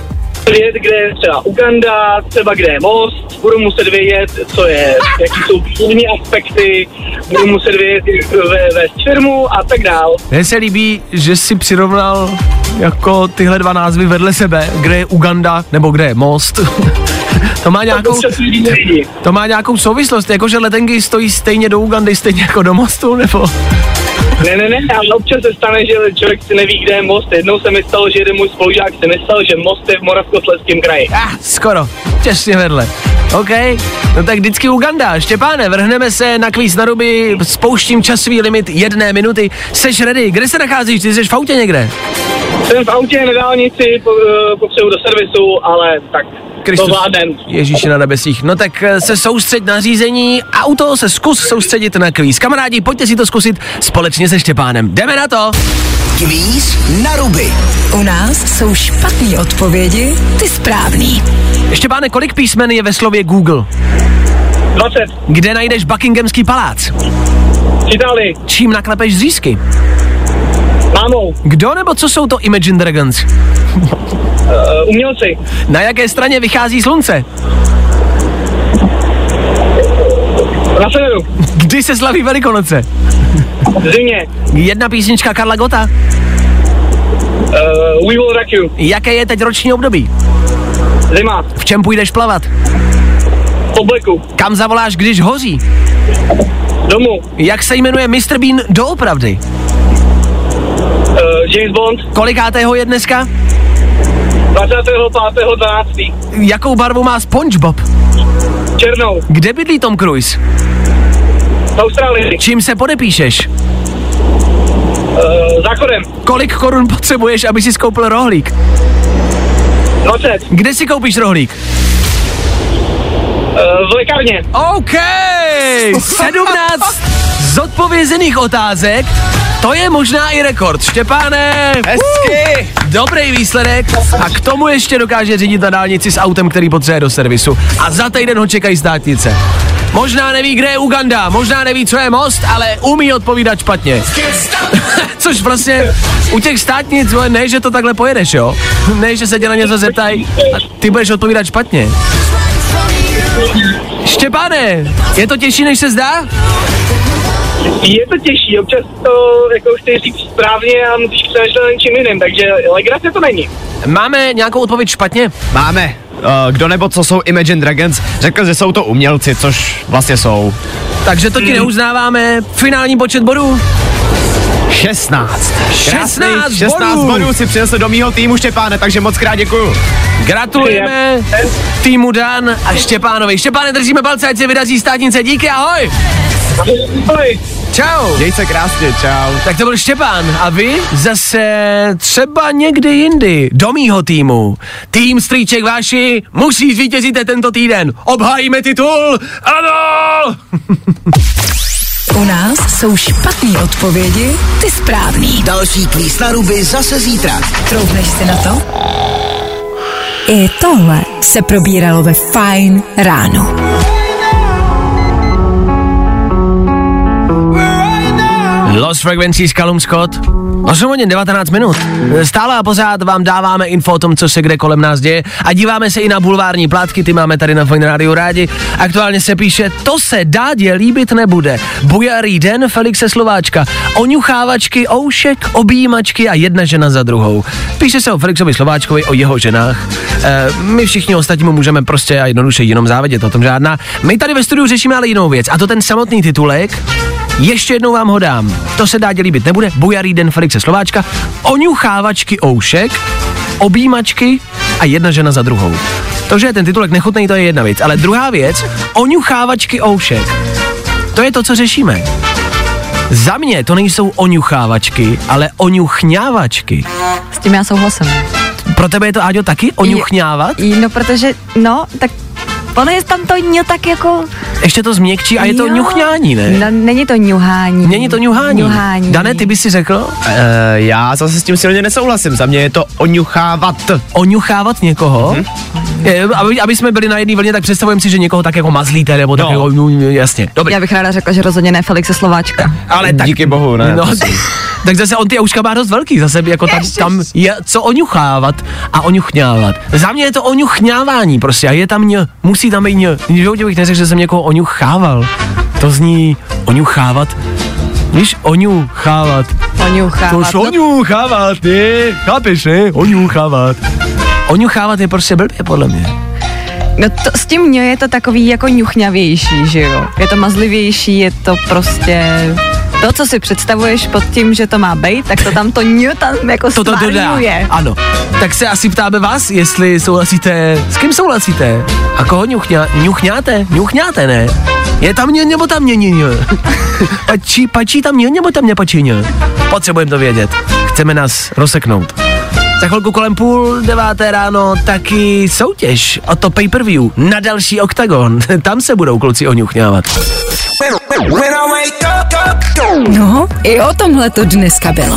G: vědět, kde je třeba Uganda, třeba kde je most, budu muset vědět, co je, jaký jsou přírodní aspekty, budu muset vědět, ve, vést firmu a tak dál.
B: Mně se líbí, že jsi přirovnal jako tyhle dva názvy vedle sebe, kde je Uganda nebo kde je most. To má nějakou, to má nějakou souvislost, jakože letenky stojí stejně do Ugandy, stejně jako do mostu, nebo?
G: Ne, ne, ne, ale občas se stane, že člověk si neví, kde je most. Jednou se mi stalo, že jeden můj spolužák si myslel, že most je v Moravskoslezském kraji.
B: Ah, skoro, těsně vedle. OK, no tak vždycky Uganda. Štěpáne, vrhneme se na kvíz na ruby, spouštím časový limit jedné minuty. Seš ready, kde se nacházíš, ty jsi v autě někde?
G: Jsem v autě na dálnici, po, potřebuji do servisu, ale tak
B: Kristus,
G: to vládem.
B: Ježíši na nebesích. No tak se soustřeď na řízení, auto se zkus soustředit na kvíz. Kamarádi, pojďte si to zkusit společně se Štěpánem. Jdeme na to!
F: Kvíz na ruby.
A: U nás jsou špatný odpovědi, ty správný.
B: Štěpáne, kolik písmen je ve slově Google?
G: dvacet.
B: Kde najdeš Buckinghamský palác?
G: V Itálii.
B: Čím naklepeš řízky?
G: Mámou.
B: Kdo nebo co jsou to Imagine Dragons?
G: Uh, umělci.
B: Na jaké straně vychází slunce?
G: Na severu.
B: Kdy se slaví Velikonoce?
G: V zimě.
B: Jedna písnička Karla Gotta.
G: Uh, We Will Rock You.
B: Jaké je teď roční období?
G: Zima.
B: V čem půjdeš plavat?
G: V obleku.
B: Kam zavoláš, když hoří?
G: Domů.
B: Jak se jmenuje mister Bean doopravdy?
G: Uh, James Bond.
B: Kolikátého je dneska?
G: dvacátého pátého dvanáctého
B: Jakou barvu má SpongeBob?
G: Černou.
B: Kde bydlí Tom Cruise?
G: V Austrálii.
B: Čím se podepíšeš?
G: Uh, záchodem.
B: Kolik korun potřebuješ, aby si koupil rohlík?
G: dvacet.
B: Kde si koupíš rohlík?
G: Uh, v lékárně.
B: OK! sedmnáct zodpovězených otázek. To je možná i rekord. Štěpáne!
C: Hezky!
B: Dobrý výsledek a k tomu ještě dokáže řídit na dálnici s autem, který potřebuje do servisu. A za týden ho čekají státnice. Možná neví, kde je Uganda, možná neví, co je most, ale umí odpovídat špatně. Což vlastně u těch státnic, ne, že to takhle pojedeš, jo? Ne, že se tě na něco zeptají a ty budeš odpovídat špatně. Štěpáne, je to těžší, než se zdá?
G: Je to těžší, občas to jako chci říct správně a musíš přemýšlet na něčím jiným, takže legrace to není.
B: Máme nějakou odpověď špatně?
C: Máme. Uh, kdo nebo co jsou Imagine Dragons, řekl, že jsou to umělci, což vlastně jsou.
B: Takže to ti neuznáváme. Finální počet bodů?
C: šestnáct.
B: šestnáct
C: šestnáct
B: bodů.
C: bodů si přinesl do mýho týmu, Štěpáne, takže moc krát děkuju.
B: Gratulujeme týmu Dan a Štěpánovi. Štěpáne, držíme palce, ať se vydaří státnice. Díky, ahoj.
G: Ahoj.
B: Čau.
C: Měj se krásně, čau.
B: Tak to byl Štěpán a vy zase třeba někdy jindy do mýho týmu. Tým Strýček Váši musí zvítězit tento týden. Obhájíme titul. Ano!
A: U nás jsou špatný odpovědi, ty správný.
F: Další kvíz na ruby zase zítra.
A: Troufneš si na to? I tohle se probíralo ve Fajn ráno.
B: Lost Frequencies, Callum Scott. osm hodin devatenáct minut. Stále a pořád vám dáváme info o tom, co se kde kolem nás děje a díváme se i na bulvární plátky, ty máme tady na Fajn rádiu rádi. Aktuálně se píše, to se Dádě líbit nebude. Bujarý den Felixe Slováčka. Oňuchávačky, oušek, objímačky a jedna žena za druhou. Píše se o Felixovi Slováčkovi, o jeho ženách. E, my všichni ostatní mu můžeme prostě a jednoduše jenom závidět, o tom žádná. My tady ve studiu řešíme ale jinou věc a to ten samotný titulek. Ještě jednou vám ho dám. To se Dádě líbit nebude. Bujarý den Felixe Slováčka. Oňuchávačky oušek, objímačky a jedna žena za druhou. To, že je ten titulek nechutný, to je jedna věc. Ale druhá věc, oňuchávačky oušek. To je to, co řešíme. Za mě to nejsou oňuchávačky, ale oňuchňávačky.
E: S tím já souhlasím.
B: Pro tebe je to, Áďo, taky oňuchňávat?
E: No, protože, no, tak ono je tam to ňo tak jako...
B: Ještě to změkčí a je to
E: jo.
B: ňuchňání, ne?
E: No, není to ňuhání.
B: Není to ňuhání.
E: ňuhání.
B: Dané, ty bys si řekl?
C: Uh, já zase s tím silně nesouhlasím, za mě je to oňuchávat.
B: Oňuchávat někoho?
C: Hm?
B: aby, aby jsme byli na jedné vlně, tak představujeme si, že někoho tak jako mazlíte, nebo tak
C: No.
B: jako, no, jasně, dobrý.
E: Já bych ráda řekla, že rozhodně ne Felixe Slováčka.
B: Ale tak,
C: Díky bohu, ne.
B: no, tak zase on ty ouška má dost velký, zase jako tam, tam je co oňuchávat a oňuchňávat. Za mě je to oňuchňávání prostě a je tam ň, musí tam být ň. V životě bych neřekl, že jsem někoho oňuchával. To zní oňuchávat. Víš, oňuchávat.
E: Oňuchávat.
B: To oňuchávat, ne? Chápeš, ne? Oňuchávat. Oňuchávat je prostě blbě, podle mě.
E: No to, s tím ně je to takový jako ňuchňavější, že jo? Je to mazlivější, je to prostě... To, co si představuješ pod tím, že to má být, tak to tam to ň tam jako
B: To to dodá.
E: stvárňuje.
B: Ano. Tak se asi ptáme vás, jestli souhlasíte, s kým souhlasíte? A koho ňuchňá, ňuchňáte? Ňuchňáte, ne? Je tam ně, nebo tam ně, ně, ně? Pačí, pačí tam ně, nebo tam nepačí ně? Potřebujeme to vědět. Chceme nás rozseknout. Za chvilku kolem půl deváté ráno taky soutěž o to pay-per-view na další OKTAGON. Tam se budou kluci oňuchňávat.
A: No, i o tomhle to dneska bylo.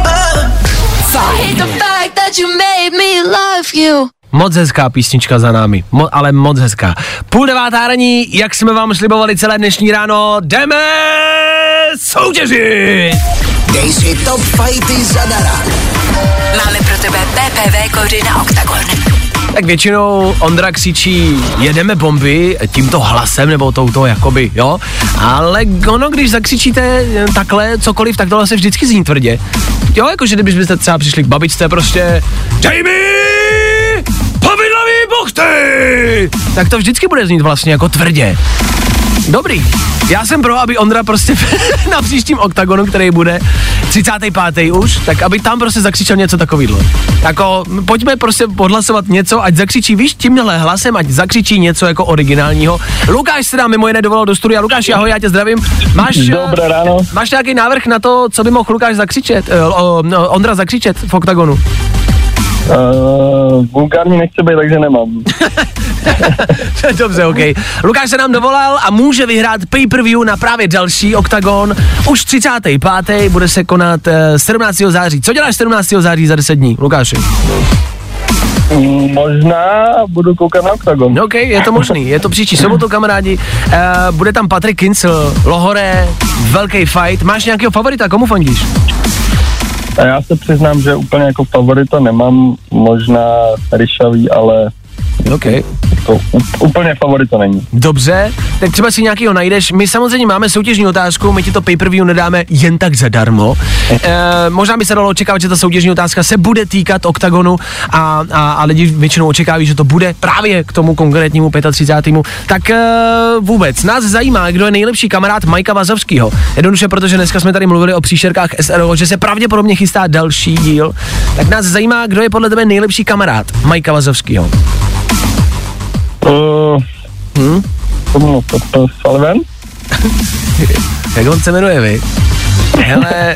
B: Moc hezká písnička za námi, Mo- ale moc hezká. Půl devátá raní, jak jsme vám slibovali celé dnešní ráno, jdeme soutěžit!
F: Dej si top fighty zadara.
A: Máme pro tebe P P V kódy na OKTAGON.
B: Tak většinou Ondra křičí, jedeme bomby tímto hlasem, nebo touto jakoby, jo? Ale ono, když zakřičíte takhle cokoliv, tak tohle se vždycky zní tvrdě. Jo, jakože kdybyste třeba přišli k babičce prostě, dej mi povidlavý buchty! Tak to vždycky bude znít vlastně jako tvrdě. Dobrý. Já jsem pro, aby Ondra prostě na příštím OKTAGONu, který bude třicátého pátého už, tak aby tam prostě zakřičel něco takovýhle. Jako, pojďme prostě podhlasovat něco, ať zakřičí, víš, tímhle hlasem, ať zakřičí něco jako originálního. Lukáš se nám mimo jiné dovolal do studia. Lukáš, ahoj, já tě zdravím. Máš,
G: Dobré ráno.
B: Máš nějaký návrh na to, co by mohl Lukáš zakřičet, o, o, Ondra zakřičet v OKTAGONu?
G: Uh, vulgární nechce být, takže nemám.
B: Dobře, OK. Lukáš se nám dovolal a může vyhrát pay-per-view na právě další OKTAGON. Už třicátého pátého bude se konat uh, sedmnáctého září. Co děláš sedmnáctého září za deset dní, Lukáši?
G: Možná budu koukat na OKTAGON.
B: OK, je to možný. Je to příští sobotu, kamarádi. Uh, bude tam Patrik Kincl, Lohore, velký fight. Máš nějakého favorita, komu fandíš?
G: A já se přiznám, že úplně jako favorita nemám, možná Ryšavý, ale
B: OK.
G: to úplně favorita není.
B: Dobře, tak třeba si nějakýho najdeš. My samozřejmě máme soutěžní otázku, my ti to pay-per-view nedáme jen tak zadarmo. E, možná by se dalo očekávat, že ta soutěžní otázka se bude týkat OKTAGONu a, a, a lidi většinou očekávají, že to bude právě k tomu konkrétnímu třicátému pátého Tak e, vůbec, nás zajímá, kdo je nejlepší kamarád Majka Vazovského. Jednoduše, protože dneska jsme tady mluvili o příšerkách S R O, že se pravděpodobně chystá další díl. Tak nás zajímá, kdo je podle tebe nejlepší kamarád Majka Vazovského.
G: Uh,
B: Hm?
G: no, to, to Sullivan?
B: Jak on se jmenuje, vy? Hele...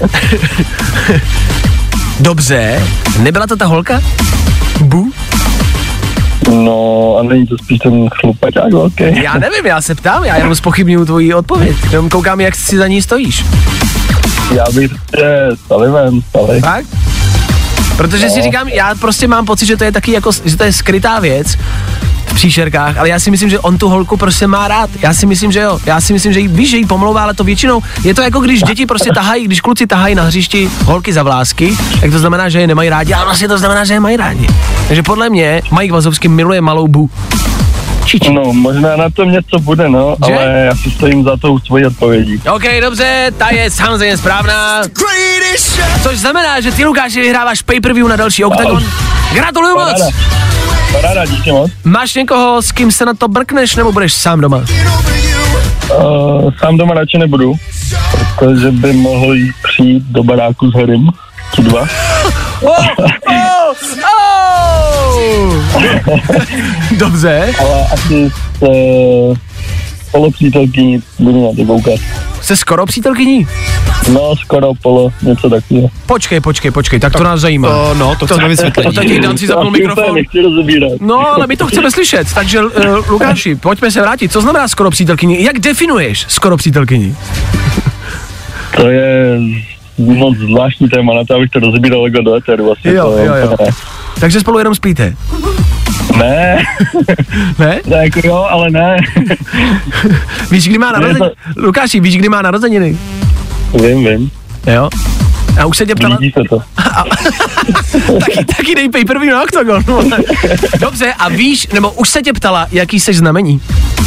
B: Dobře, nebyla to ta holka? Bu?
G: No, a není to spíš ten chlupaťák velký?
B: Já nevím, já se ptám, já jenom zpochybňuju tvoji odpověď. Jenom koukám, jak si za ní stojíš.
G: Já bych je Sullivan, Sully.
B: Tak? Protože no. si říkám, já prostě mám pocit, že to je taky jako, že to je skrytá věc v příšerkách, ale já si myslím, že on tu holku prostě má rád. Já si myslím, že jo. Já si myslím, že jí, víš, že jí pomlouvá, ale to většinou je to jako když děti prostě tahají, když kluci tahají na hřišti holky za vlásky, tak to znamená, že je nemají rádi, ale vlastně to znamená, že je mají rádi. Takže podle mě Mike Vazovský miluje malou Bu. Čiči.
G: No, možná na tom něco bude, no,
B: že?
G: ale já si stojím za tou svojí odpovědí.
B: OK, dobře, ta je samozřejmě správná. Což znamená, že ty, Lukáši, vyhráváš pay-per-view na další OKTAGON. Gratuluju moc.
G: Paráda. Paráda, díky moc.
B: Máš někoho, s kým se na to brkneš, nebo budeš sám doma?
G: Uh, sám doma radši nebudu, protože by mohl jít přijít do baráku s Harrym, ti dva.
B: Oh, oh, oh. Dobře.
G: Ale asi se polo přítelkyní budu na to koukat.
B: Jste skoro přítelkyní?
G: No, skoro polo, něco takového.
B: Počkej, počkej, počkej, tak to nás zajímá.
C: To, no, to chceme vysvětlení.
B: To teď dám si zapnul mikrofon.
G: Nechci rozebírat.
B: No, ale my to chceme slyšet, takže uh, Lukáši, pojďme se vrátit. Co znamená skoro přítelkyní? Jak definuješ skoro přítelkyní?
G: To je moc zvláštní téma na to, abych to rozebíral jako do éteru. Asi
B: Jo,
G: to,
B: jo, jo.
G: Ne.
B: Takže spolu jenom spíte.
G: Ne.
B: Ne?
G: Ne, jako jo, ale ne.
B: Víš, kdy má narozeniny?
G: Ne,
B: Lukáši, víš, kdy má narozeniny?
G: Vím, vím.
B: Jo? A už se tě ptala...
G: Blíží se to.
B: taky, taky dej pay-per-view na Octagon. Dobře, a víš, nebo už se tě ptala, jaký seš znamení?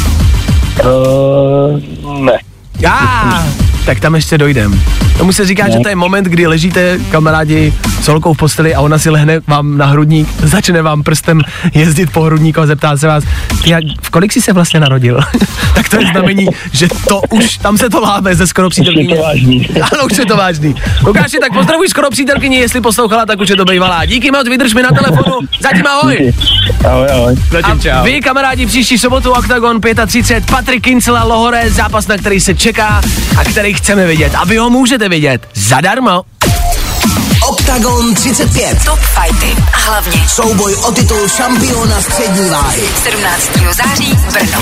G: Uh, ne.
B: Já, tak tam ještě dojdem. Tomu se říká, ne. že to je moment, kdy ležíte, kamarádi, s holkou v posteli a ona si lehne vám na hrudník, začne vám prstem jezdit po hrudníku a zeptá se vás, jak, v kolik jsi se vlastně narodil? Tak to je znamení, že to už, tam se to láme ze skoro přítelkyně.
G: Už je to vážný.
B: Ano, už je to vážný. Lukáši, tak pozdravuj skoro přítelkyni, jestli poslouchala, tak už je to bývalá. Díky moc, vydrž mi na telefonu, zatím ahoj.
G: Ahoj, ahoj.
C: Zatím čau.
B: A vy, kamarádi, příští sobotu Octagon třicet pět, Patrik Kincel, Lohore, zápas, na který se čeká a který chceme vidět. A vy ho můžete vidět zadarmo.
F: Octagon třicet pět.
A: Top fighty a hlavně
F: Souboj o titul šampiona střední váhy.
A: sedmnáctého září Brno.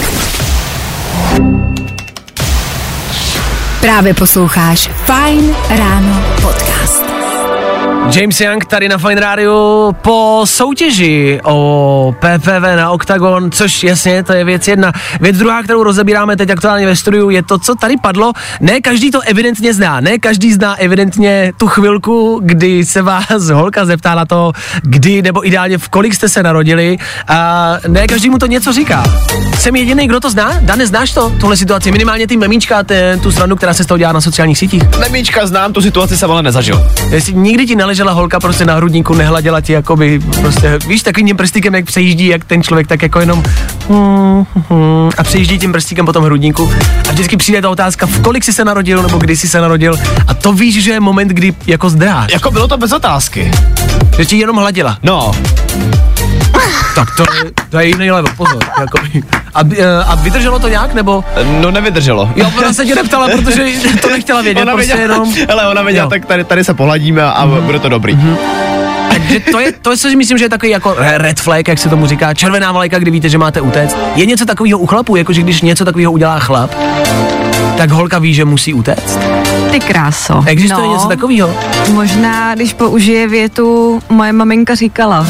A: Právě posloucháš Fajn ráno podcast.
B: James Young tady na Fajn rádiu po soutěži o P P V na Octagon, což jasně, to je věc jedna. Věc druhá, kterou rozebíráme teď aktuálně ve studiu, je to, co tady padlo. Ne každý to evidentně zná, ne každý zná evidentně tu chvilku, kdy se vás holka zeptá na to, kdy nebo ideálně v kolik jste se narodili, a ne každý mu to něco říká. Jsem jediný, kdo to zná? Dane, znáš to, tuhle situaci? Minimálně ty memíčka, ten, tu srandu, která se z toho dělá na sociálních sítích.
C: Memíčka znám, tu situaci jsem ale nezažil.
B: Jestli nikdy ti neležela holka prostě na hrudníku, nehladila ti jakoby prostě, víš, takovým tím prstíkem, jak přejíždí, jak ten člověk tak jako jenom hmm, hmm, a přejíždí tím prstíkem po tom hrudníku a vždycky přijde ta otázka, v kolik jsi se narodil nebo kdy jsi se narodil a to víš, že je moment, kdy jako zdráš.
C: Jako bylo to bez otázky.
B: Že ti jenom hladila.
C: No.
B: Tak to je, to je jiný level, pozor. Jako, a, a vydrželo to nějak, nebo?
C: No nevydrželo.
B: Jo, ona se tě neptala, protože to nechtěla vědět,
C: ona
B: prostě
C: věděla,
B: jenom.
C: Hele, ona věděla, tak tady, tady se pohladíme a mm. bude to dobrý. Mm-hmm.
B: Takže to je, to je, co si myslím, že je takový jako red flag, jak se tomu říká, červená vlajka, kdy víte, že máte utéct. Je něco takového u chlapů, jakože když něco takového udělá chlap, tak holka ví, že musí utéct.
E: Ty kráso.
B: Existuje
E: no,
B: něco takového?
E: Možná, když použije větu, moje maminka říkala.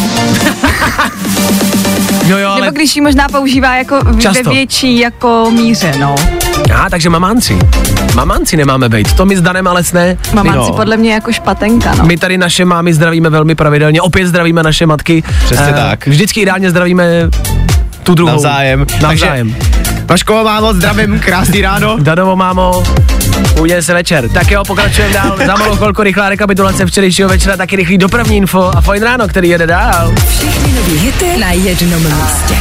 B: Jo, jo, ale...
E: Nebo když ji možná používá jako
B: Často.
E: ve větší jako míře, no.
B: A, takže mamánci. Mamánci nemáme bejt. To my s Danem ale ne.
E: Mamánci
B: no.
E: podle mě jako špatenka, no.
B: My tady naše mámy zdravíme velmi pravidelně. Opět zdravíme naše matky.
C: Přesně
B: e,
C: tak.
B: Vždycky ideálně zdravíme tu druhou.
C: Navzájem.
B: Navzájem.
C: Vaškovo mámo, zdravím, krásný ráno.
B: Danovo mámo, udělej se večer. Tak jo, pokračujeme dál. Za malou chvilku rychlá rekapitulace včerejšího večera, taky rychlý dopravní info a Fajn ráno, který jede dál.
A: Všechny nový hity na jednom místě.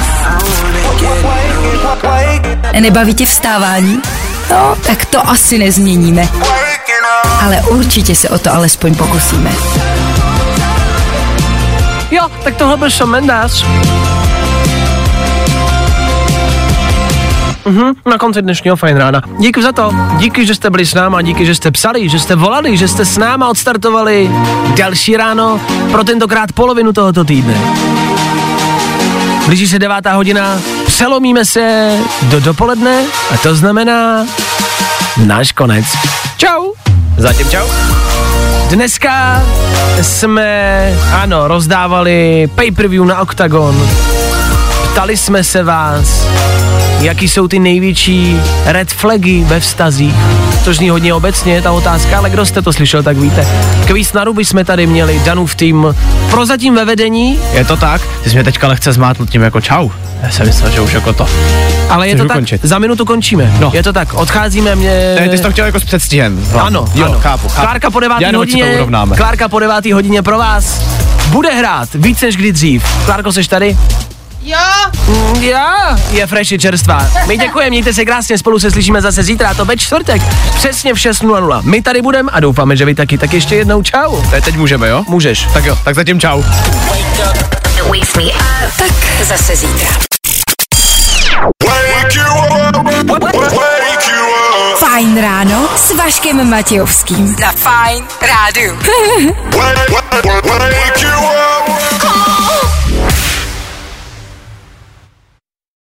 A: Nebaví tě vstávání? No, tak to asi nezměníme. Ale určitě se o to alespoň pokusíme.
B: Jo, tak tohle byl Shawn Mendes. Mhm, na konci dnešního Fajn rána. Díky za to, díky, že jste byli s náma, díky, že jste psali, že jste volali, že jste s náma odstartovali další ráno pro tentokrát polovinu tohoto týdne. Blíží se devátá hodina, přelomíme se do dopoledne a to znamená náš konec. Čau.
C: Zatím čau.
B: Dneska jsme, ano, rozdávali pay-per-view na Octagon. Ptali jsme se vás, jaký jsou ty největší red flagy ve vztazích. Což zní hodně obecně, ta otázka, ale kdo jste to slyšel, tak víte. Kvíz na ruby jsme tady měli, Danův tým prozatím ve vedení.
C: Je to tak? Ty jsi mě teďka lehce zmátl tím jako čau. Já jsem myslel, že už jako to.
B: Ale je
C: Chceš
B: to
C: ukončit?
B: tak, za minutu končíme.
C: No.
B: Je to tak, odcházíme mě...
C: Ne, ty jsi to chtěl jako s předstihem.
B: Ano,
C: jo,
B: ano.
C: chápu, chápu.
B: Klárka po devátý
C: Já
B: hodině,
C: to urovnáme.
B: Klárka po devátý hodině pro vás bude hrát víc než kdy dřív. Klárko, seš tady?
E: Jo.
B: Mm, já, je fresh, je čerstvá. My děkujeme, mějte se krásně, spolu se slyšíme zase zítra, to ve čtvrtek, přesně v šest nula nula. My tady budeme a doufáme, že vy taky, tak ještě jednou čau.
C: Teď, teď můžeme, jo?
B: Můžeš.
C: Tak jo, tak zatím čau.
A: Tak zase zítra. Fajn ráno s Vaškem Matějovským. Na Fajn rádiu.